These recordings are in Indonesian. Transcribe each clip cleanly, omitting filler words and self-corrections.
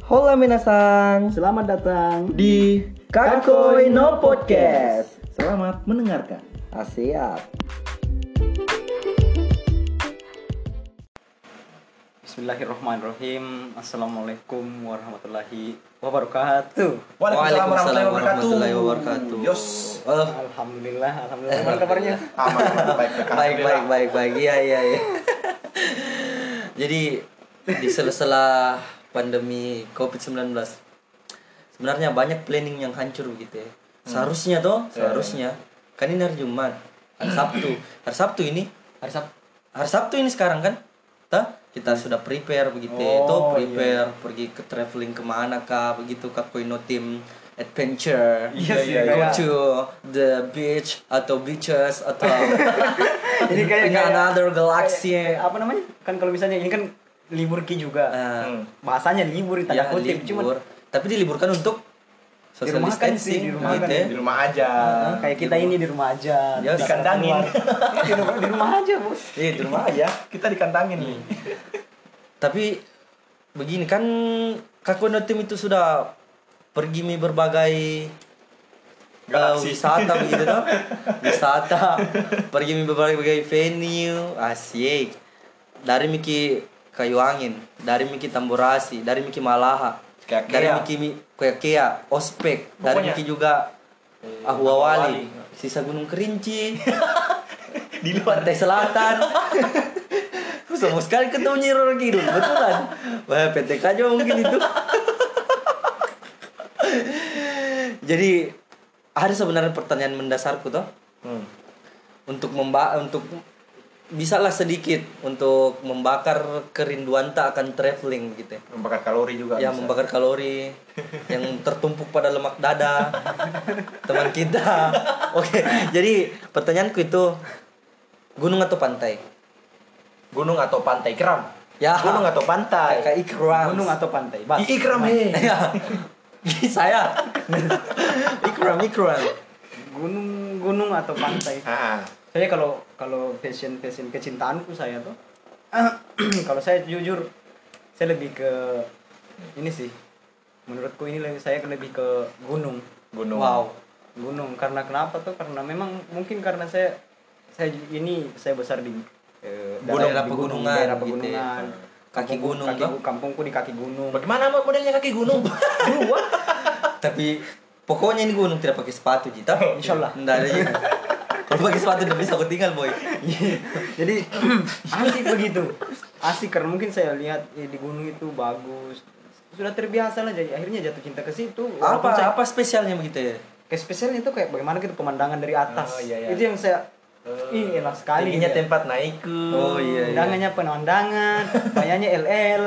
Hola minasan, Selamat datang di Kakoi no Podcast. Selamat mendengarkan. Siap. Bismillahirrahmanirrahim. Assalamualaikum warahmatullahi wabarakatuh. Waalaikumsalam warahmatullahi wabarakatuh. Yos. Alhamdulillah. Gimana kabarnya? Aman, Baik. Iya. Jadi di sela-sela pandemi COVID-19 sebenarnya banyak planning yang hancur gitu ya. Seharusnya kan ini hari Jumat, hari Sabtu ini sekarang kan kita sudah prepare begitu pergi ke traveling kemana kah begitu Kakoino Team adventure go to the beach atau beaches atau Ini kayak another galaxy. Apa namanya? Kan kalau misalnya ini kan libur ki juga. Bahasanya libur tanda kutip libur. Tapi diliburkan untuk social distancing di rumah gitu kan. ya. Di rumah aja. Kayak kita ini di rumah aja. Dikandangin. Di rumah aja, Bos. Iya, di rumah aja. Kita dikandangin nih. Tapi begini kan Kakoino Team itu sudah pergi berbagai wisata begitu toh. Pergi berbagai venue, asyik. Dari Miki Kayu Angin, dari Miki Tamborasi, dari Miki Malaha, dari Miki Kea, Ospek, dari Miki juga Ahwawali, sisa Gunung Kerinci, di Pantai Selatan. Sama sekali ketemu Nyiror Kidul, betulan. Wah, PTK aja mungkin itu. Jadi ada sebenarnya pertanyaan mendasarku toh. Untuk bisalah sedikit untuk membakar kerinduan tak akan traveling gitu ya. Membakar kalori juga. Ya, bisa. Membakar kalori yang tertumpuk pada lemak dada teman kita. Oke, jadi pertanyaanku itu gunung atau pantai? Gunung atau pantai? Ikram. Ya. Gunung atau pantai? Kayak ikram. Gunung atau pantai? Ikram Ya. Saya. Ikram. Gunung atau pantai? Saya kalau fashion kecintaanku saya tuh kalau saya jujur saya lebih ke ini sih, menurutku saya lebih ke gunung. Wow, gunung. Karena kenapa tuh? Karena memang mungkin karena saya besar di daerah pegunungan gitu. Kaki gunung toh. Kampungku di kaki gunung. Bagaimana modelnya kaki gunung? Tapi pokoknya ini gunung tidak pakai sepatu Jita. Insyaallah. Enggak ada ya. Kalau pakai sepatu udah bisa aku tinggal boy. Jadi asik begitu. Asik karena mungkin saya lihat di gunung itu bagus. Sudah terbiasa lah, jadi akhirnya jatuh cinta ke situ. Apa spesialnya begitu ya? Kayak spesialnya itu kayak bagaimana gitu pemandangan dari atas. Iya. Itu yang saya enak sekali. Tingginya tempat naikku. Undangannya pemandangan, bayarnya LL.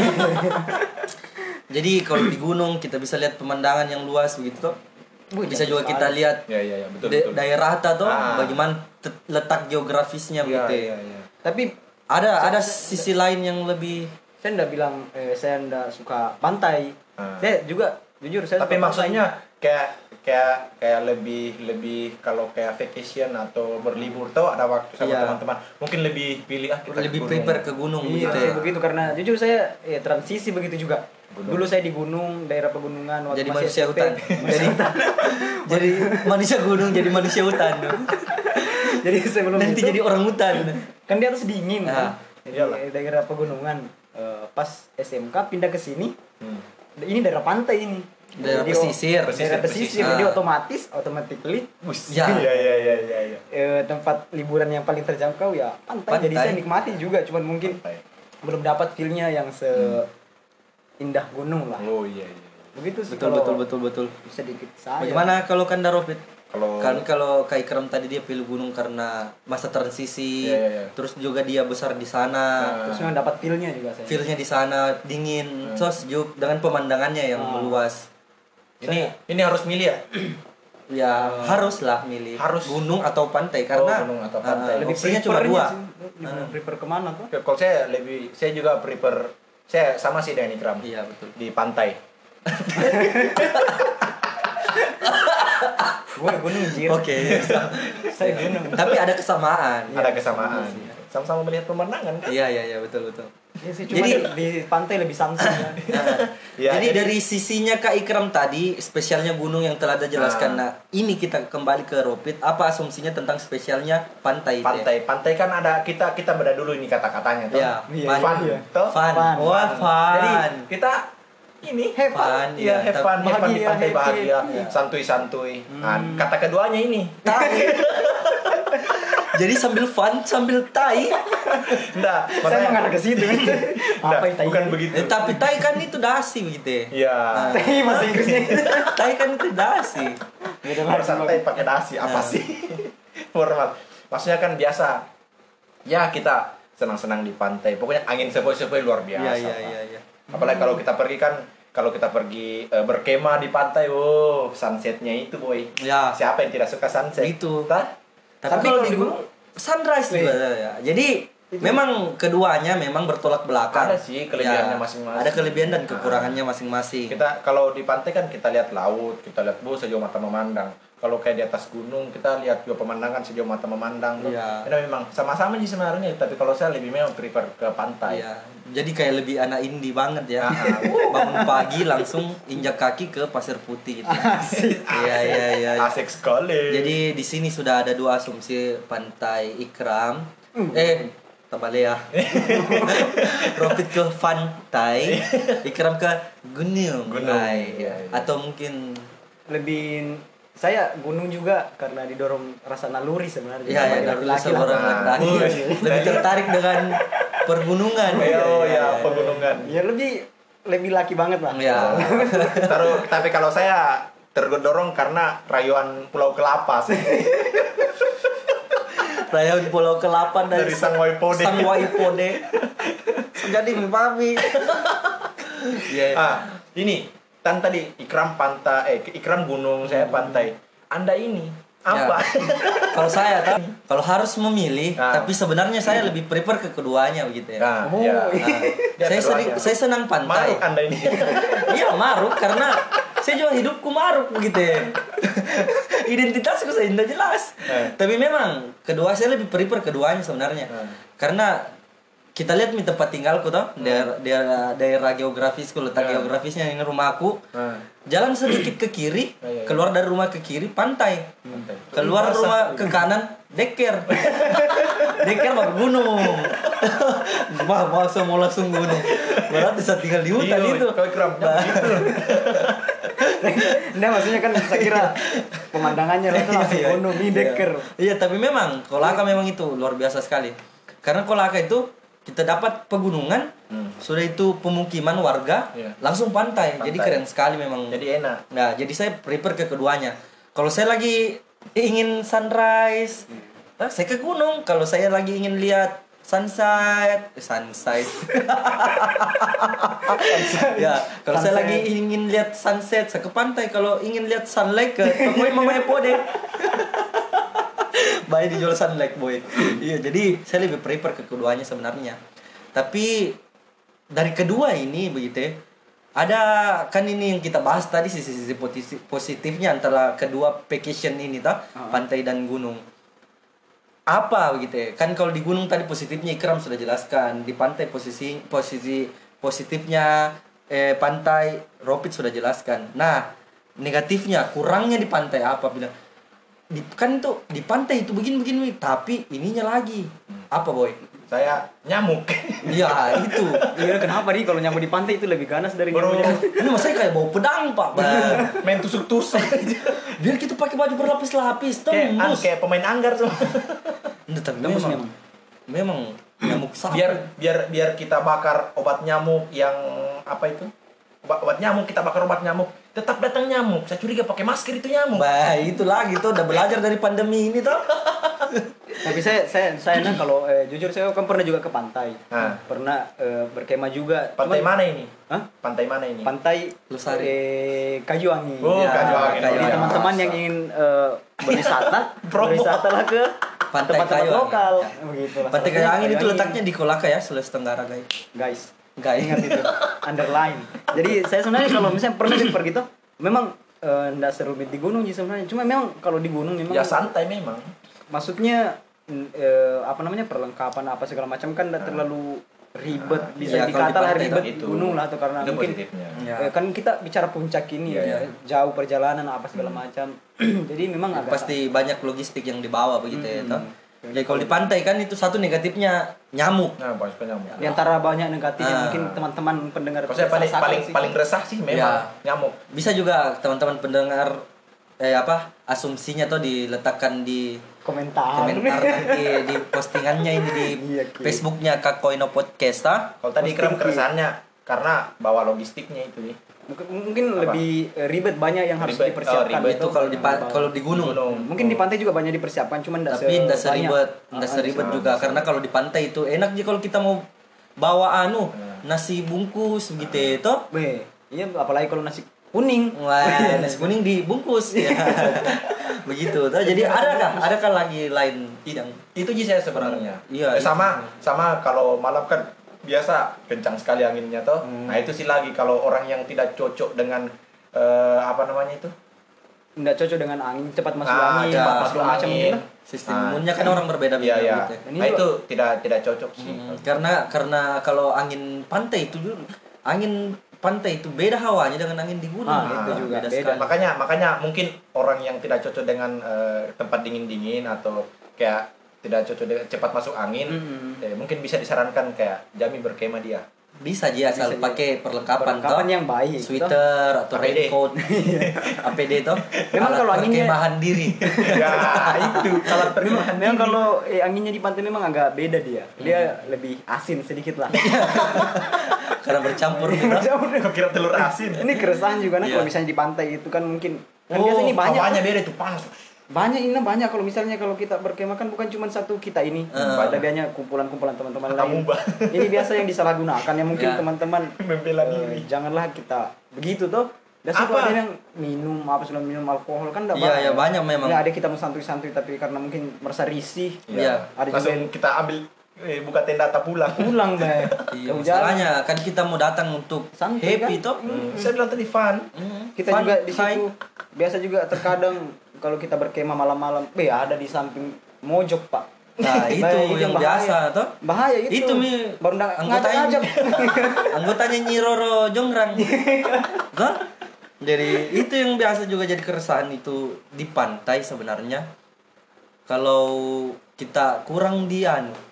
Jadi kalau di gunung kita bisa lihat pemandangan yang luas begitu toh. Bisa juga kita lihat betul. daerah toh, bagaimana letak geografisnya begitu. Iya. Tapi ada sisi lain yang lebih. Saya enggak bilang saya enggak suka pantai. Saya juga jujur saya. Tapi maksudnya kayak lebih kalau kayak vacation atau berlibur tuh ada waktu sama teman-teman mungkin lebih pilih lebih prepare ke gunung begitu ya. Begitu karena jujur saya transisi begitu juga. Dulu saya di gunung, daerah pegunungan waktu jadi masih manusia SMP. hutan. Jadi manusia gunung jadi manusia hutan. Jadi sebelum nanti itu, jadi orang hutan. Kan di atas dingin kan. Jadi daerah pegunungan. Pas SMK pindah ke sini. Ini daerah pantai ini. Daerah pesisir. Jadi automatically ya. Iya. Tempat liburan yang paling terjangkau ya pantai. Jadi saya nikmati juga, cuman mungkin belum dapat feel-nya yang indah gunung lah. Oh iya. Begitu sih. Betul. Sedikit saya. Bagaimana kalau Kandaropit? Kalau Kak Ikram tadi dia pilih gunung karena masa transisi, terus juga dia besar di sana, terus memang dapat feel-nya juga saya. Feel-nya di sana dingin, sejuk dengan pemandangannya yang luas. Ini harus milih ya? Ya haruslah milih gunung atau pantai karena gunung atau pantai. lebih opsinya cuma dua. Prefer kemana tuh? Kalau saya juga prefer, saya sama sih dengan Ikram. Iya betul. Di pantai. Gue gunung jir. Oke. Saya gunung. Tapi ada kesamaan. Ada kesamaan. Sama-sama melihat pemandangan kan? Iya, betul. Ya sih, cuma di pantai lebih santai ya. Ya, Jadi dari sisinya Kak Ikram tadi, spesialnya gunung yang telah Anda jelaskan. Nah, ini kita kembali ke Ropit. Apa asumsinya tentang spesialnya pantai? Pantai kan ada kita beda dulu ini kata-katanya tuh. Ya, Fun, toh? Fun. Fun. Wah, fun. Jadi kita ini Have fun, iya, have fun di bahagia, pantai happy. bahagia, Iya. santuy-santuy. Nah, kata keduanya ini. Jadi sambil fun, sambil tai. Enggak, Saya mengarah ke situ. Apa itu? bukan begitu. Tapi tai kan itu dasi begitu. Iya. Teh bahasa Inggrisnya. Tai kan itu dasi. Beda Harus lagi. santai pakai dasi apa sih? Formal. Maksudnya kan biasa. Ya kita senang-senang di pantai. Pokoknya angin sepoi-sepoi luar biasa. Iya. Apalagi kalau kita pergi kan, berkemah di pantai, sunsetnya itu boy. Ya. Siapa yang tidak suka sunset? Itu. Tah? Tapi kalau di gunung sunrise juga ya. Jadi memang keduanya memang bertolak belakang. Ada sih kelebihannya Ya, masing-masing. Ada kelebihan dan kekurangannya masing-masing. Kita kalau di pantai kan kita lihat laut, kita lihat sejauh mata memandang. Kalau kayak di atas gunung kita lihat juga pemandangan sejauh mata memandang. Iya. Karena memang sama-sama sih sebenarnya, tapi kalau saya lebih memang prefer ke pantai. Iya. Jadi kayak lebih anak indie banget ya. Bangun pagi langsung injak kaki ke Pasir Putih gitu. Iya. Asik sekali. Jadi di sini sudah ada dua asumsi pantai Ikram. Tabale ya. Profit ke pantai, Ikram ke gunung. Iya. Atau mungkin Lebih saya gunung juga karena didorong rasa naluri sebenarnya. ya Laki-laki lah. seorang laki-laki lebih tertarik dengan pergunungan. Ya, pegunungan. Ya lebih laki banget lah. Ya. Tapi kalau saya terdorong karena rayuan Pulau Kelapa sih. Rayuan Pulau Kelapa Dari Sang Waipode. Jadi mami. Iya. Ini kan tadi Ikram pantai, Ikram gunung, saya pantai. Anda ini apa? Ya. Kalau saya kalau harus memilih, Nah. tapi sebenarnya saya lebih prefer ke keduanya begitu ya. Nah, Oh, ya. iya. Saya senang pantai. Maruk Anda ini. Iya maruk karena saya juga hidupku maruk begitu ya. Identitasku saya tidak jelas. Tapi memang kedua saya lebih prefer keduanya sebenarnya. Karena kita lihat di tempat tinggalku tuh, daerah geografisku, letak geografisnya yang rumahku. Jalan sedikit ke kiri, keluar dari rumah ke kiri pantai. Keluar rumah ke kanan deker. Deker baru gunung. Mau langsung gunung. Berarti saya tinggal di hutan itu. Kau Ikram. Nah, maksudnya kan saya kira pemandangannya itu langsung gunung di deker. Iya, tapi memang Kolaka memang itu luar biasa sekali. Karena Kolaka itu kita dapat pegunungan, sudah itu pemukiman warga, langsung pantai. Jadi keren sekali memang. Jadi enak. Nah, jadi saya prefer ke keduanya. Kalau saya lagi ingin sunrise, saya ke gunung. Kalau saya lagi ingin lihat sunset. Ya, kalau saya lagi ingin lihat sunset, saya ke pantai. Kalau ingin lihat sunlight ke Tokoy Mamanya Pode. Baik dijual sunlight boy. Iya, jadi saya lebih prefer ke keduanya sebenarnya. Tapi dari kedua ini begitu ya, ada kan ini yang kita bahas tadi sisi-sisi positifnya antara kedua vacation ini pantai dan gunung. Apa begitu ya? Kan kalau di gunung tadi positifnya Ikram sudah jelaskan, di pantai posisi positifnya pantai Ropit sudah jelaskan. Nah, negatifnya kurangnya di pantai apa bilang? Kan tuh di pantai itu begini tapi ininya lagi apa boy? Saya nyamuk. Iya itu. Iya, kenapa nih kalau nyamuk di pantai itu lebih ganas dari Bro. nyamuk? Ini maksudnya kayak bau pedang pak. Main tusuk-tusuk. Biar kita pakai baju berlapis-lapis tembus. Kayak pemain anggar tuh. Nah, tapi Tembus memang nyamuk sapi. biar kita bakar obat nyamuk yang apa itu? Obat nyamuk, kita bakar obat nyamuk, tetap datang nyamuk. Saya curiga pakai masker itu nyamuk. Bah, itu lagi tuh udah belajar dari pandemi ini tuh. Tapi saya kalau jujur saya kan pernah juga ke pantai. Pernah berkemah juga. Pantai mana ini? Hah? Pantai mana ini? Pantai Losari. Kajuwangi. Oh, Ya, Kajuwangi. Jadi Kajuwangi. teman-teman yang ingin berwisata lah ke Pantai tempat-tempat Kajuwangi. lokal. Ya. Begitulah. Pantai Kajuwangi itu letaknya di Kolaka ya, Sulawesi Tenggara guys. Guys, Guys. ingat itu. Underline. Jadi saya sebenarnya kalau misalnya pernah pergi tuh, memang nggak serumit di gunung sih sebenarnya. Cuma memang kalau di gunung memang Ya santai memang. maksudnya apa namanya perlengkapan apa segala macam kan nggak terlalu ribet, bisa ya, kalau dikata lah di pantai ribet itu. gunung lah, atau karena Itu mungkin positifnya. Ya. kan kita bicara puncak ini Iya, ya, jauh perjalanan apa segala macam. Jadi memang agak Pasti banyak logistik yang dibawa begitu ya toh. Hmm. Jadi kalau di pantai kan itu satu negatifnya nyamuk. Nah, banyak nyamuk. di antara banyak negatifnya Ah. mungkin teman-teman pendengar Kalau saya paling rasakan paling sih. paling resah sih memang Ya. nyamuk. Bisa juga teman-teman pendengar asumsinya tuh diletakkan di komentar. komentar nanti di postingannya ini di Iya, Ki. Facebooknya Kakoino Podcast ah. Kalau tadi Posting kram keresahannya karena bawa logistiknya itu nih. Mungkin Apa? lebih ribet, banyak yang harus Ribet, dipersiapkan ribet Itu kalau di gunung. mungkin di pantai juga banyak dipersiapkan, cuman Tapi enggak seribet, enggak Ah, seribet bisa, juga bisa. karena kalau di pantai itu enak sih kalau kita mau bawa Nah. nasi bungkus gitu itu. Weh, iya apalagi kalau nasi kuning. Wah, nasi kuning dibungkus ya. Begitu tuh. Jadi adakah lagi lain yang Itu sih saya sebenarnya. Iya, Sama kalau malam kan biasa kencang sekali anginnya toh. Nah, itu sih lagi kalau orang yang tidak cocok dengan apa namanya itu? Nggak cocok dengan angin, cepat masuk Ah, angin, cepat apa masuk segala macam angin. mungkin lah. sistem Ah. imunnya kan orang berbeda-beda Iya, iya. gitu. Ini Nah, juga- itu tidak cocok sih. Karena kalau angin pantai itu angin pantai itu beda hawanya dengan angin di gunung. Ah, gitu. itu juga beda. sekali. Makanya mungkin orang yang tidak cocok dengan tempat dingin-dingin atau kayak tidak cocok dengan cepat masuk angin, mungkin bisa disarankan kayak Jami berkemah dia. Bisa aja asal Bisa pakai perlengkapan Perlengkapan toh. yang baik, Sweater atau APD. raincoat. APD toh. Memang Alat kalau anginnya- perkemahan diri. Ya, itu kalau Memang kalau anginnya di pantai memang agak beda dia. Dia lebih asin sedikit lah. Karena bercampur gitu. Kok kira telur asin? Ini keresahan juga nah Iya. kalau misalnya di pantai itu kan mungkin kan Oh, biasa ini banyak. hawanya beda itu panas. Banyak kalau misalnya kalau kita berkemah kan bukan cuma satu kita ini. Ada banyak kumpulan-kumpulan teman-teman lain. Amuba. Ini biasa yang disalahgunakan ya mungkin Ya. teman-teman Membela diri. janganlah kita begitu tuh. Biasa Apa? tuh ada yang minum apa sudah minum alkohol kan enggak Iya, ya banyak memang. Ya, ada kita mau santuy-santuy tapi karena mungkin merasa risih. Iya. Ada juga Langsung yang kita ambil buka tenda tak pulang. pulang deh. Iya, masalahnya kan kita mau datang untuk Santai, happy kan? toh. Saya bilang tadi fun. Kita Fun, juga di hai. situ biasa juga terkadang kalau kita berkemah malam-malam, ada di samping mojok pak. Nah, itu yang bahaya. biasa toh. Bahaya itu. Itu mi baru anggotanya ngajak. anggotanya Nyi Roro Jonggrang. Toh? Jadi itu yang biasa juga jadi keresahan itu di pantai sebenarnya. Kalau kita kurang di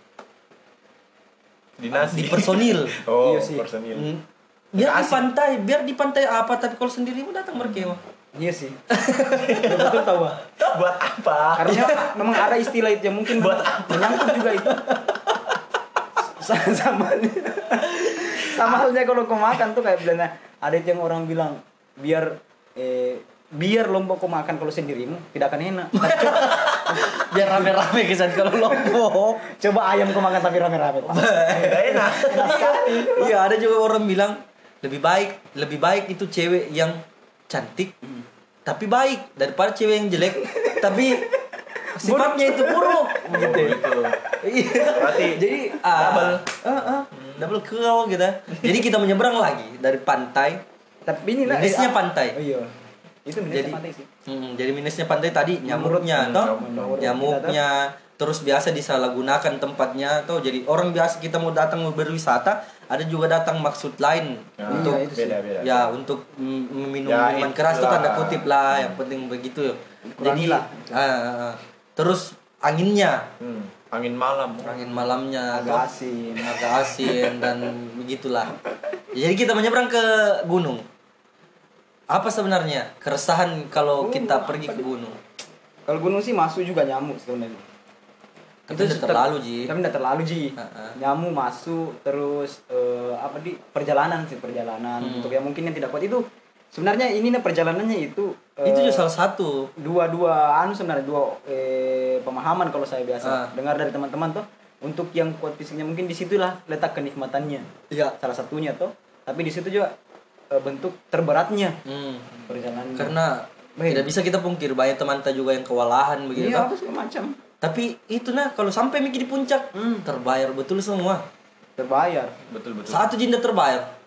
Dinasti. personil. Oh, Iya sih. personil. Biar di pantai apa tapi kalau sendiri mau datang berkemah. Iya sih. Betul tahu Pak. Buat apa? Karena memang ada istilah itu yang mungkin buat menyangkut juga itu. Sama halnya kalau kau makan tuh kayak bilangnya ada itu yang orang bilang biar lombok kau makan kalau sendirimu tidak akan enak. Biar rame-rame kesan kalau lombok. Coba ayam kau makan tapi rame-rame. Pak. Tidak enak. Iya, ada juga orang bilang lebih baik itu cewek yang cantik tapi baik daripada cewek yang jelek tapi sifatnya itu buruk gitu. Iya. Berarti Jadi double kill gitu. Jadi kita menyeberang lagi dari pantai. Tapi inilah Minusnya pantai. Oh, iya. Itu minusnya Jadi pantai sih. jadi minusnya pantai tadi nyamuknya Menurut- toh. menurut Nyamuknya terus biasa disalahgunakan tempatnya toh. Jadi orang biasa kita mau datang mau berwisata ada juga datang maksud lain Ya, untuk itu sih. beda-beda. ya untuk meminum Ya, minuman keras itu itulah. tanda kutip lah yang penting begitu. Jadi Kurangilah. terus anginnya Angin malam. angin malamnya Agak asin. agak asin dan begitulah. Jadi kita menyeberang ke gunung. Apa sebenarnya keresahan kalau kita pergi ke gunung? Kalau gunung sih masuk juga nyamuk sebenarnya. Tapi tidak terlalu Ji. Tapi tidak terlalu Ji. Heeh. Nyamuk masuk terus perjalanan untuk yang mungkin yang tidak kuat itu sebenarnya ini perjalanannya itu Itu juga salah satu. dua sebenarnya pemahaman kalau saya biasa dengar dari teman-teman tuh untuk yang kuat fisiknya mungkin disitulah letak kenikmatannya. Iya. Salah satunya tuh. Tapi di situ juga bentuk terberatnya perjalanan. Karena tidak bisa kita pungkir banyak teman kita juga yang kewalahan begitu. iya toh. apa segala macam Tapi itu kalau sampai Miki di puncak terbayar betul semua. terbayar. Betul. Satu jinda terbayar.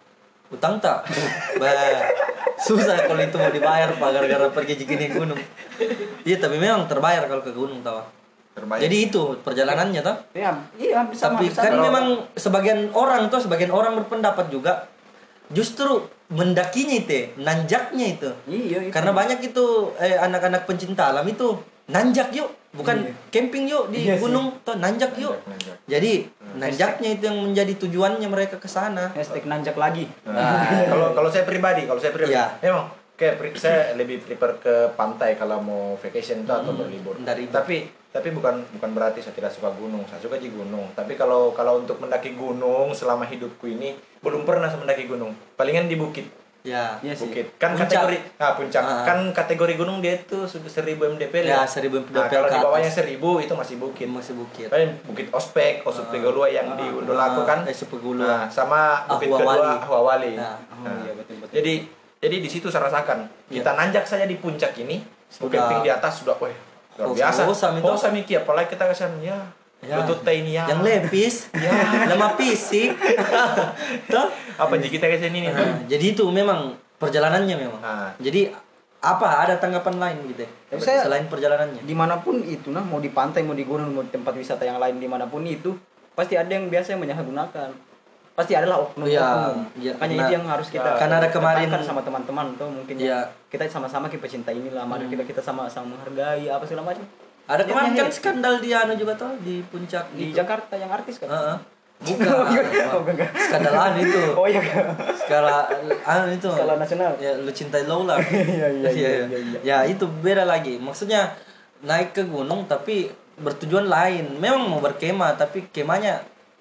Utang tak? Bah, susah kalau itu mau dibayar Pak gara-gara pergi naik gunung. Iya, tapi memang terbayar kalau ke gunung tahu. Terbayar. Jadi itu perjalanannya toh. Iya, iya sama. Tapi kan memang sebagian orang berpendapat juga justru mendakinya itu, nanjaknya itu. Iya, itu. Karena banyak itu anak-anak pencinta alam itu nanjak yuk, bukan Iya. camping yuk di Iya sih. gunung toh, nanjak yuk. Nanjak. Jadi nanjaknya itu yang menjadi tujuannya mereka ke sana. Hashtag nanjak lagi. Nah, kalau saya pribadi, Iya. emang kayak saya lebih prefer ke pantai kalau mau vacation itu atau berlibur. Dari Tapi bukan berarti saya tidak suka gunung. Saya suka di gunung. Tapi kalau untuk mendaki gunung selama hidupku ini belum pernah saya mendaki gunung. Palingan di bukit. Ya, Iya sih. Bukit. Kan Puncak. puncak. Kan kategori gunung dia itu sudah 1000 mdpl. ya 1000 Nah, mdpl kalau ke di bawahnya atas. 1000 itu masih bukit. Masih bukit. Paling Bukit Ospek, Osup Tegolua yang di Undulaku kan. Supegulua. Nah, sama Bukit Ahwa kedua Wali. Ahwa Wali. Nah, Oh iya betul. Jadi di situ saya rasakan kita nanjak saja di puncak ini, Sudah. camping di atas sudah, luar biasa. Hosam itu. Hosam iki apalagi kita kesan ya. Lutut teh ini ya. Yang lepis, lemah fisik. Toh? Apa jadi kita kesini nih? Nah, jadi itu memang perjalanannya memang. Ah. Jadi apa ada tanggapan lain gitu ya? Tapi saya- Selain perjalanannya. Dimanapun itu nah, mau di pantai, mau di gunung, mau di tempat wisata yang lain dimanapun itu, pasti ada yang biasa yang menyalahgunakan. Pasti adalah oknum-oknum. Iya, Makanya nah, itu yang harus kita karena ada kemarin- tekankan sama teman-teman tuh mungkin Iya. kita sama-sama kita pecinta inilah, mari kita sama-sama menghargai apa segala macam. Ada Ya, kemarin ya, kan ya. skandal di anu juga tuh di puncak Di itu. Jakarta yang artis kan? Heeh. Bukan. Oh, enggak. Skandal anu itu. Oh iya. Skala anu itu. Skala nasional. Ya lu cintai Lola. Iya. Ya itu beda lagi. Maksudnya naik ke gunung tapi bertujuan lain. Memang mau berkemah tapi kemahnya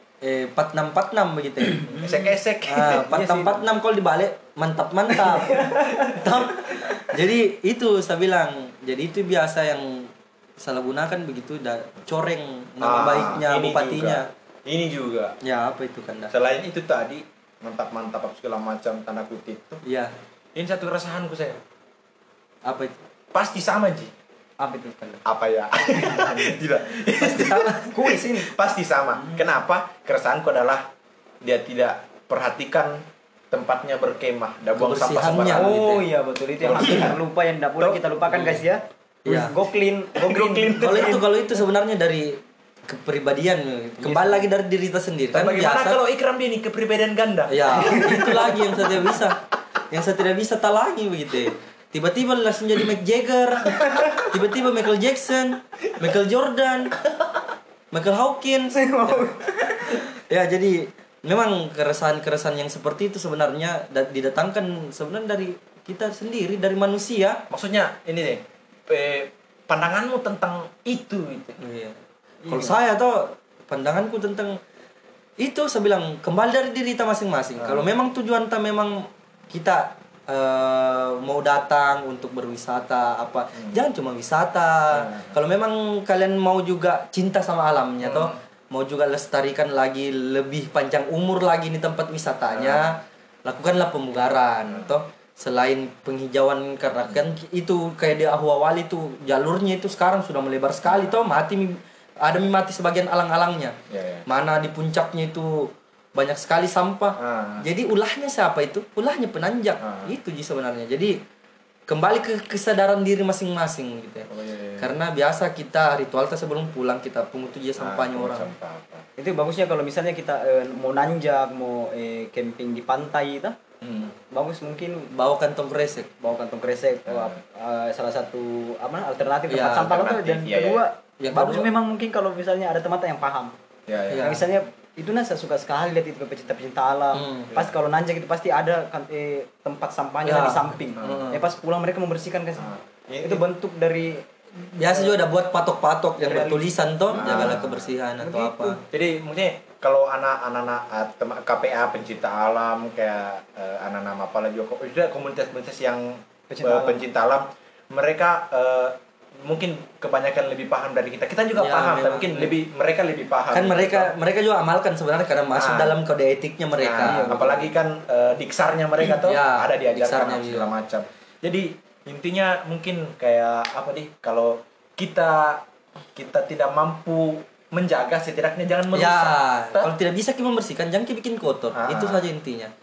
4646 begitu ya. Esek-esek. Ah, 4646 kalau dibalik mantap-mantap. Tahu? Jadi itu saya bilang. Jadi itu biasa yang salah gunakan begitu coreng nama baiknya ini bupatinya. Ini juga. Ya apa itu kan dah? Selain itu tadi mantap-mantap apa segala macam tanda kutip tuh. Iya. Ini satu keresahanku saya. Apa itu? Pasti sama Ji. Apa itu kan? Apa ya? Tidak. Pasti sama. Kuis ini. Pasti sama. Kenapa? Keresahanku adalah dia tidak perhatikan tempatnya berkemah, dan buang sampah Kebersihannya. sembarangan. Oh iya betul itu yang hampir terlupa yang tidak boleh kita lupakan guys ya. Iya. Go clean. Kalau itu sebenarnya dari kepribadian, kembali lagi dari diri kita sendiri Dan kan bagaimana biasa. kalau Ikram dia ini kepribadian ganda? Ya, itu lagi yang saya tidak bisa. Yang saya tidak bisa talangi begitu. Tiba-tiba langsung jadi Mick Jagger, tiba-tiba Michael Jackson, Michael Jordan, Michael Hawkins. Ya, jadi memang keresahan-keresahan yang seperti itu sebenarnya didatangkan sebenarnya dari kita sendiri, dari manusia. Maksudnya ini deh, pandanganmu tentang itu gitu. Iya. Kalau saya tuh pandanganku tentang itu saya bilang kembali dari diri kita masing-masing. Kalau memang tujuan kita memang kita mau datang untuk berwisata apa, jangan cuma wisata. Kalau memang kalian mau juga cinta sama alamnya toh, mau juga lestarikan lagi lebih panjang umur lagi di tempat wisatanya, lakukanlah pemugaran toh. Selain penghijauan karena kan itu kayak di Ahwa Wali tuh jalurnya itu sekarang sudah melebar sekali toh, mati sebagian alang-alangnya. Ya. Mana di puncaknya itu banyak sekali sampah. Jadi ulahnya siapa itu? Ulahnya penanjak. Itu sih sebenarnya. Jadi kembali ke kesadaran diri masing-masing gitu ya. Oh, iya. Karena biasa kita ritual kita sebelum pulang kita pungut aja sampahnya orang. Itu bagusnya kalau misalnya kita mau nanjak, mau camping di pantai itu, bagus mungkin Bawa kantong kresek. bawa kantong kresek. Salah satu alternatif Ya, tempat sampah itu. Dan Iya, kedua, Yang bagus kedua- memang mungkin kalau misalnya ada teman yang paham. Ya. Ya. Yang misalnya itu saya suka sekali lihat itu pecinta-pecinta alam. Pas kalau nanjak itu pasti ada tempat sampahnya Ya. di samping. Pas pulang mereka membersihkan kan. Itu bentuk dari Biasa juga ada buat patok-patok yang bertulisan toh, jagalah kebersihan atau Begitu. apa. Jadi maksudnya kalau anak-anak KPA pencinta alam kayak anak-anak apa lagi juga komunitas-komunitas yang pencinta alam, mereka mungkin kebanyakan lebih paham dari kita. Kita juga Ya, paham, memang. tapi mungkin mereka lebih paham. Kan mereka juga amalkan sebenarnya karena masuk dalam kode etiknya mereka. Apalagi kan diksarnya mereka tuh Ya, ada diajarkan diksarnya, segala macam. Jadi intinya mungkin kayak apa nih, kalau kita tidak mampu menjaga, setidaknya jangan merusak. Ya, kalau tidak bisa kita membersihkan, jangan kita bikin kotor. Itu saja intinya.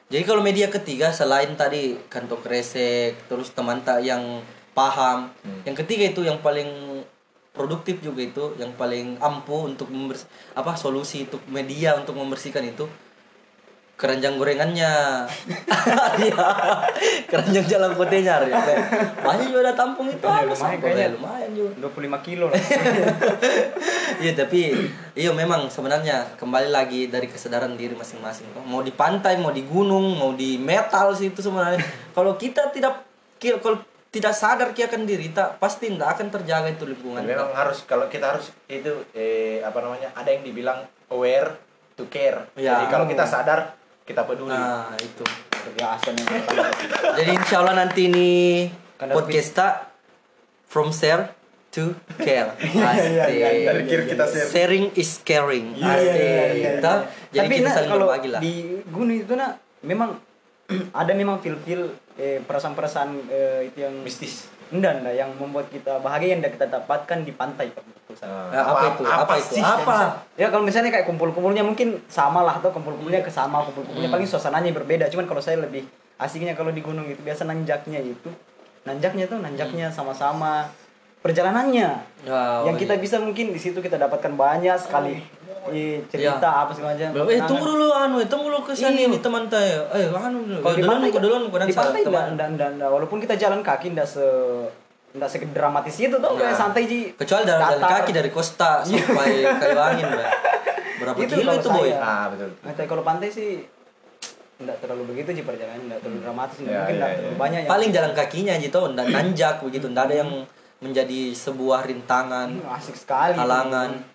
Jadi kalau media ketiga selain tadi kantong kresek, terus teman tak yang paham, yang ketiga itu yang paling produktif juga itu, yang paling ampuh untuk solusi untuk media untuk membersihkan itu keranjang gorengannya. Iya. Keranjang jalan kotenya ya. Banyak juga ada tampung itu lumayan juga. 25 kilo lah. Iya tapi memang sebenarnya kembali lagi dari kesadaran diri masing-masing. Mau di pantai, mau di gunung, mau di metal sih itu sebenarnya. Kalau kita tidak sadar akan diri kita, pasti tidak akan terjaga itu lingkungan. Memang kalau kita harus itu ada yang dibilang aware to care. Ya. Jadi kalau kita sadar, kita peduli. Nah, itu. Kebiasaan yang Jadi insya Allah nanti ini podcast tak from share to care. Asik. Dari kiri kita share. Sharing is caring. Asik. Jadi tapi kita saling kalau berbagi lah. di gunung itu memang ada memang feel perasaan-perasaan itu yang Mistis. enggak yang membuat kita bahagia yang kita dapatkan di pantai. Apa itu? Ya kalau misalnya kayak kumpul-kumpulnya mungkin sama lah, atau kumpul-kumpulnya kumpul-kumpulnya paling suasananya berbeda. Cuman kalau saya lebih asiknya kalau di gunung itu biasa nanjaknya sama-sama perjalanannya. Yang kita bisa mungkin di situ kita dapatkan banyak sekali cerita apa segala macam. Tunggu dulu kesana ini teman saya. Kalau di pantai di pantai enggak, walaupun kita jalan kaki enggak sedramatis itu tuh, kayak santai ji. Kecuali jalan kaki dari Costa sampai Kayu Angin, berapa kilo itu boy? Betul. Nah, kalau pantai sih enggak terlalu begitu sih perjalanan, enggak terlalu dramatis, mungkin enggak terlalu banyak yang paling jalan kakinya aja tuh enggak nanjak begitu, enggak ada yang menjadi sebuah rintangan, asik sekali halangan.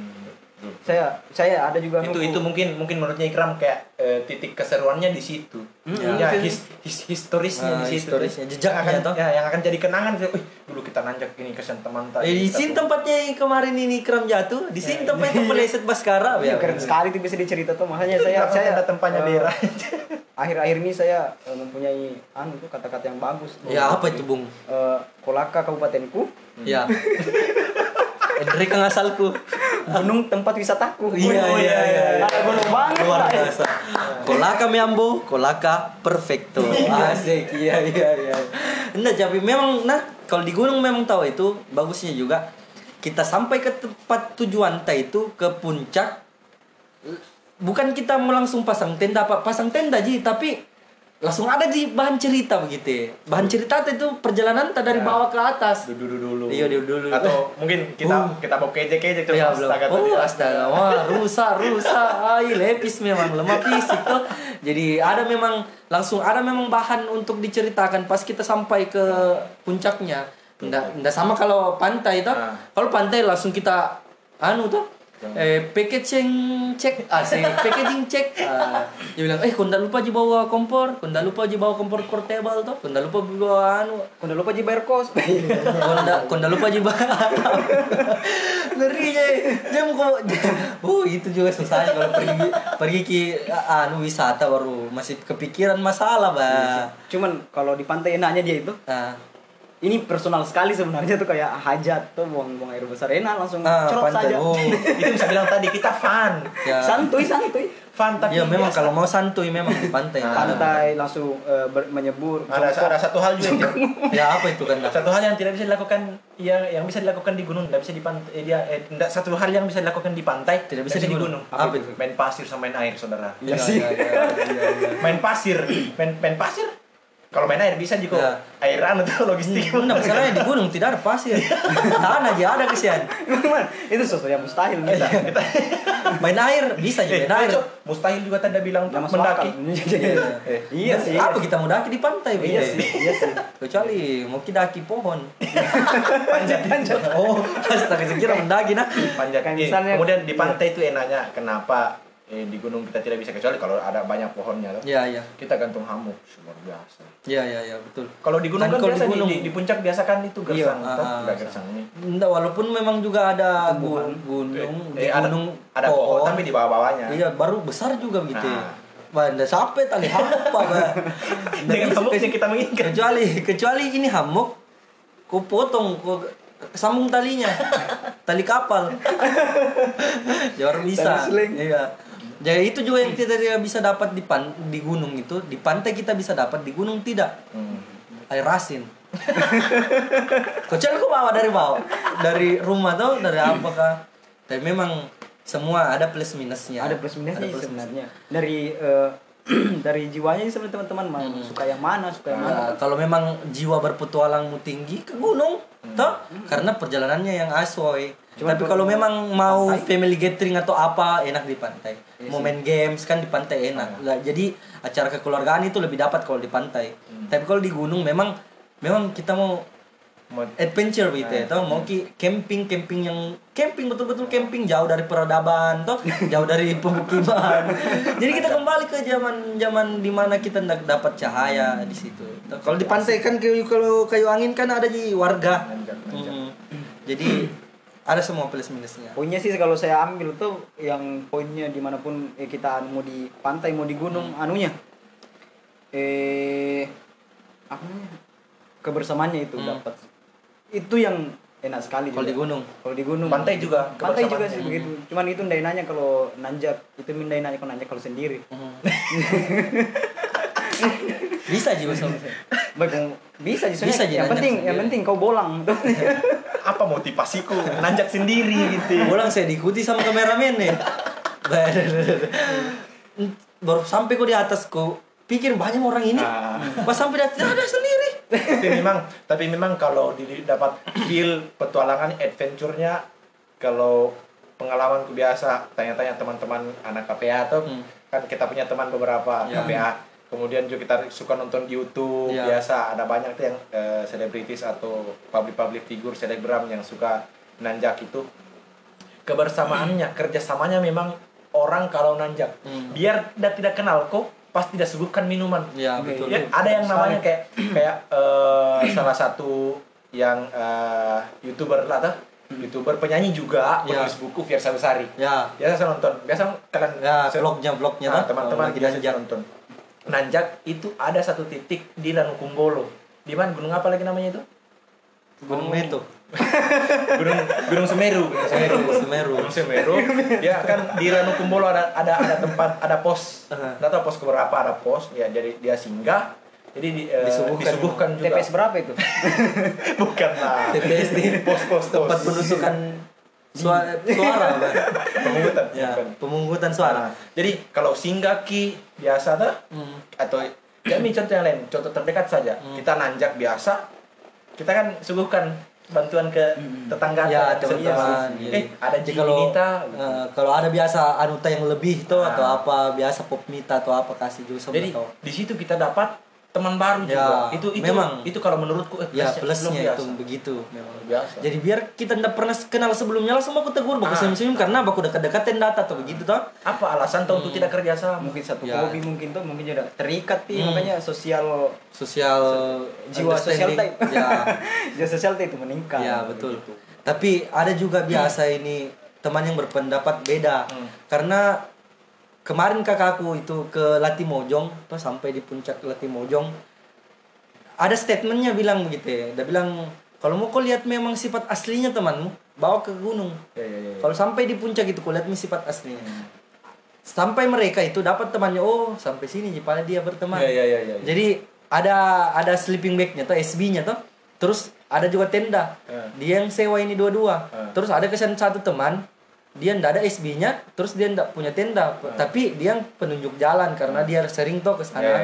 Saya ada juga itu mungkin menurutnya Ikram kayak titik keseruannya di situ. Ya, historisnya di situ. Jejaknya yang akan jadi kenangan. Dulu kita nanjak ini kesan teman tadi. Di sini tempatnya kemarin ini Ikram jatuh, di sini tempatnya Peleset Baskara. Keren sekali tuh bisa dicerita tuh. Makanya saya ada tempatnya daerah. Akhir-akhir ini saya mempunyai tuh kata-kata yang bagus. Ya apa itu, Bung? Kolaka kabupatenku. Ya. Dari kang asalku. Gunung tempat wisataku. Iya. Ada gunung banget. Luar biasa. Kolaka Miambo, Kolaka Perfecto. Asik. Iya. Enggak, tapi memang kalau di gunung memang tahu itu bagusnya juga kita sampai ke tempat tujuan itu ke puncak. Bukan kita mau langsung pasang tenda ji, tapi langsung ada di bahan cerita begitu. Bahan cerita itu perjalanan dari bawah ke atas. Dulu. Iya, dulu. Atau mungkin kita mau keje-keje terus astaga. Wah, rusak. Lepis memang lemah fisik tuh. Jadi ada memang bahan untuk diceritakan pas kita sampai ke puncaknya. Nggak sama kalau pantai tuh. Kalau pantai langsung kita packaging cek dia bilang kau ndak lupa aja bawa kompor, kau ndak lupa aja bawa kompor portable tuh, kau ndak lupa bawa kau ndak lupa aja bayar kos, kau ndak lupa aja bayar ngeri dia mau itu juga susahnya kalau pergi ke wisata baru masih kepikiran masalah cuman kalau di pantai enaknya dia itu ini personal sekali sebenarnya tuh, kayak hajat tuh buang air besar enak langsung cerot saja. Itu bisa bilang tadi kita fun. Ya. Santuy. Fun tapi ya memang kalau mau santuy memang di pantai. Pantai langsung menyebur. Ada satu hal juga. Ya apa itu kan? Satu hal yang tidak bisa dilakukan yang bisa dilakukan di gunung, tidak bisa di pantai. Satu hal yang bisa dilakukan di pantai tidak bisa di gunung. Apa itu? Main pasir sama main air, saudara. Iya sih. Main pasir. Kalau main air bisa juga airan atau logistik. Masalahnya di gunung tidak ada pasir. Tanah aja ada kesian. Itu sesuatu yang mustahil kita. Main air bisa juga main air. Mustahil juga tanda bilang mendaki. Iya sih. Apa kita mau daki di pantai? Iya sih. Kecuali mau kita daki pohon. Panjat. Oh, astaga sekira mendaki panjat. Kemudian di pantai itu enaknya kenapa di gunung kita tidak bisa, kecuali kalau ada banyak pohonnya loh. Iya. Kita gantung hammock, luar biasa. Iya, betul. Kalau di gunung kan biasa di puncak biasa kan itu gersang, gersang ini. Enggak, walaupun memang juga ada gunung, ada pohon tapi di bawah-bawahnya. Iya, baru besar juga begitu. Banda sampai tali hammock dengan hammock yang kita mengingat. Kecuali ini hammock, kau potong, kau sambung talinya, tali kapal. Baru bisa. Iya. Jadi itu juga yang kita tidak bisa dapat di gunung itu, di pantai kita bisa dapat, di gunung tidak. Air asin. Kocel aku bawa dari rumah tuh, dari apakah. Tapi memang semua ada plus minusnya. Ada plus minusnya sih sebenarnya. Dari dari jiwanya sih sebenarnya teman-teman suka yang mana, suka yang mana. Kalau memang jiwa berpetualangmu tinggi ke gunung, toh karena perjalanannya yang asoy. Tapi kalau memang mau family gathering atau apa, enak di pantai. Mau main games kan di pantai enak. Jadi acara kekeluargaan itu lebih dapat kalau di pantai. Tapi kalau di gunung memang kita mau adventure gitu ya, toh mau camping yang betul-betul camping jauh dari peradaban, toh jauh dari pemukiman. Jadi kita kembali ke zaman di mana kita dapat cahaya di situ. Kalau di pantai kan kalau kayu angin kan ada di warga. Jadi ada semua plus minusnya. Poinnya sih kalau saya ambil tuh yang poinnya dimanapun kita mau di pantai mau di gunung anunya apa namanya, kebersamaannya itu dapat. Itu yang enak sekali kalau di gunung pantai juga sih begitu. Cuman itu ndai nanya kalau nanjak, itu ndai nanya kalau nanjak kalau sendiri. Bisa juga sama. Bisa yang penting kau bolang. Apa motivasiku nanjak sendiri gitu. Bolang saya diikuti sama kameramen nih. Baru sampai kok di atas kok pikir banyak orang ini. Pas sampai di atas ada sendiri. tapi memang kalau dapat feel petualangan adventure-nya, kalau pengalamanku biasa tanya-tanya teman-teman anak KPA tuh kan kita punya teman beberapa KPA. Kemudian juga kita suka nonton di YouTube, biasa ada banyak tuh yang selebritis atau public figure selebgram yang suka nanjak itu. Kebersamaannya, kerjasamanya memang orang kalau nanjak, biar tidak kenal kok pasti tidak suguhkan minuman. Ya, betul. Ya, ada yang namanya kayak salah satu yang YouTuber lah tuh. YouTuber penyanyi juga, penulis buku Fiersa Besari. Ya. Biasa saya nonton. Biasa kalian vlognya teman-teman biasa nonton. Nanjak itu ada satu titik di Lanukumbolo. Di mana gunung apa lagi namanya itu? Gunung Meto. Gunung Semeru. Gunung Semeru. Dia kan di Lanukumbolo ada tempat, ada pos. Enggak tahu pos keberapa, ada pos. Ya jadi dia singgah. Jadi disuguhkan juga. TPS berapa itu? Bukan lah. TPS di pos tempat penusukan suara pemungutan suara. Jadi kalau singgah biasa tuh atau kami contoh yang lain, contoh terdekat saja. Kita nanjak biasa, kita kan suguhkan bantuan ke tetangga teman-teman. Ada jiginita. Kalau ada biasa anuta yang lebih tuh atau apa biasa popmita atau apa kasih juga. Jadi di situ kita dapat teman baru juga. Itu kalau menurutku plusnya itu begitu memang biasa. Jadi biar kita tidak pernah kenal sebelumnya langsung aku tegur baku senyum-senyum karena baku dekat-dekatin data atau begitu toh. Apa alasan untuk tidak kerja sama? Mungkin satu hobi mungkin sudah terikat makanya sosial jiwa sosial type. Jiwa sosial type itu meningkat. Ya, betul. Begitu. Tapi ada juga biasa ini teman yang berpendapat beda. Karena kemarin kakakku itu ke Latimojong, tuh sampai di puncak Latimojong. Ada statementnya bilang begitu ya. Dia bilang kalau mau kau lihat memang sifat aslinya temanmu, bawa ke gunung. Kalau sampai di puncak itu kau lihat sifat aslinya. Sampai mereka itu dapat temannya, sampai sini pada dia berteman. Jadi ada sleeping bagnya tuh, SB-nya tuh. Terus ada juga tenda. Dia yang sewa ini dua-dua. Terus ada kesan satu teman, dia ndak ada SB-nya, terus dia ndak punya tenda, tapi dia penunjuk jalan karena dia sering tuh ke sana.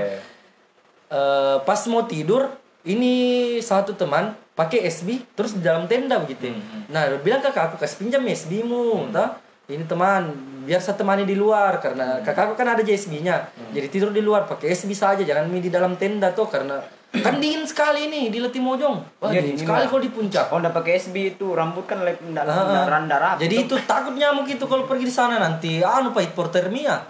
Pas mau tidur, ini satu teman pakai SB terus di dalam tenda begitu. Nah, dia bilang kakak aku kasih pinjam SB-mu, ini teman, biar saya temani di luar karena kakakku kan ada SB-nya. Jadi tidur di luar pakai SB saja, jangan di dalam tenda tuh karena kan dingin sekali nih di Latimojong. Wah, dingin sekali kalau di puncak. Kalau udah pakai SB itu rambut kan enggak randa. Jadi itu takut nyamuk itu kalau pergi di sana nanti hipotermia.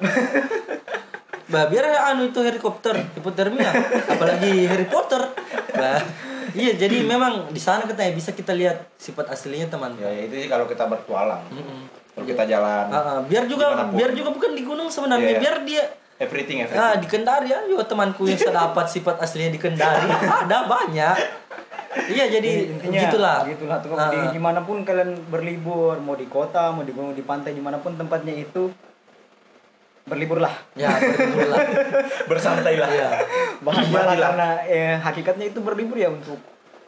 Biar itu hipotermia, apalagi Harry Potter. Iya, jadi memang di sana bisa kita lihat sifat aslinya teman. Ya itu sih kalau kita bertualang. Kalau kita jalan. Biar juga bukan di gunung sebenarnya, biar dia everything. Di Kendari ya juga temanku yang saya dapat sifat aslinya di Kendari ada banyak. Iya, jadi begitulah tuh. Dimanapun kalian berlibur, mau di kota, mau di gunung, di pantai, dimanapun tempatnya itu, berlibur lah. Ya, berlibur lah. Bersantai lah. Iya. Bahagia lah Nikmatilah. karena hakikatnya itu berlibur ya untuk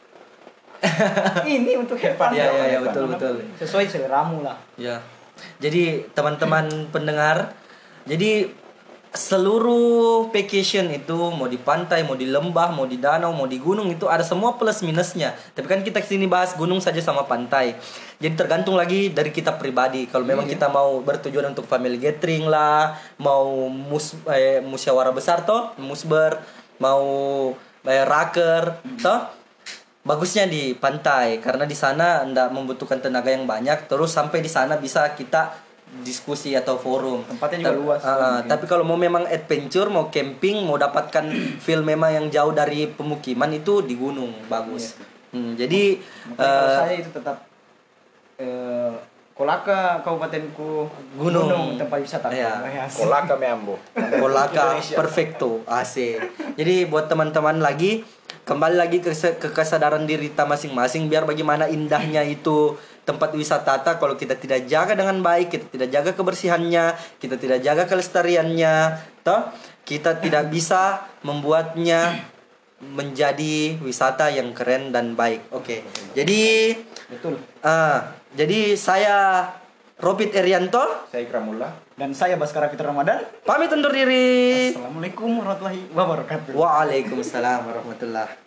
ini untuk have fun. Iya, betul. Sesuai seleramu lah. Ya. Jadi teman-teman pendengar, jadi seluruh vacation itu mau di pantai, mau di lembah, mau di danau, mau di gunung itu ada semua plus minusnya. Tapi kan kita kesini bahas gunung saja sama pantai. Jadi tergantung lagi dari kita pribadi. Kalau memang kita mau bertujuan untuk family gathering lah, mau musyawarah besar toh, musber, mau raker toh, bagusnya di pantai karena di sana ndak membutuhkan tenaga yang banyak. Terus sampai di sana bisa kita diskusi atau forum. Tempatnya juga luas. Tapi kalau mau memang adventure, mau camping, mau dapatkan feel memang yang jauh dari pemukiman itu di gunung bagus. Jadi Kalau saya itu tetap Kolaka kabupatenku Gunung. tempat wisata. Iya. Kolaka Meambo. Kolaka Indonesia. perfecto AC. Jadi buat teman-teman lagi kembali lagi ke kesadaran diri kita masing-masing biar bagaimana indahnya itu tempat wisata kalau kita tidak jaga dengan baik, kita tidak jaga kebersihannya, kita tidak jaga kelestariannya, toh kita tidak bisa membuatnya menjadi wisata yang keren dan baik. Oke. Jadi Betul. jadi saya Robert Erianto Saya Ikramullah. Dan saya Baskara Fitri Ramadan. pamit undur diri. Assalamualaikum warahmatullahi wabarakatuh. Waalaikumsalam warahmatullahi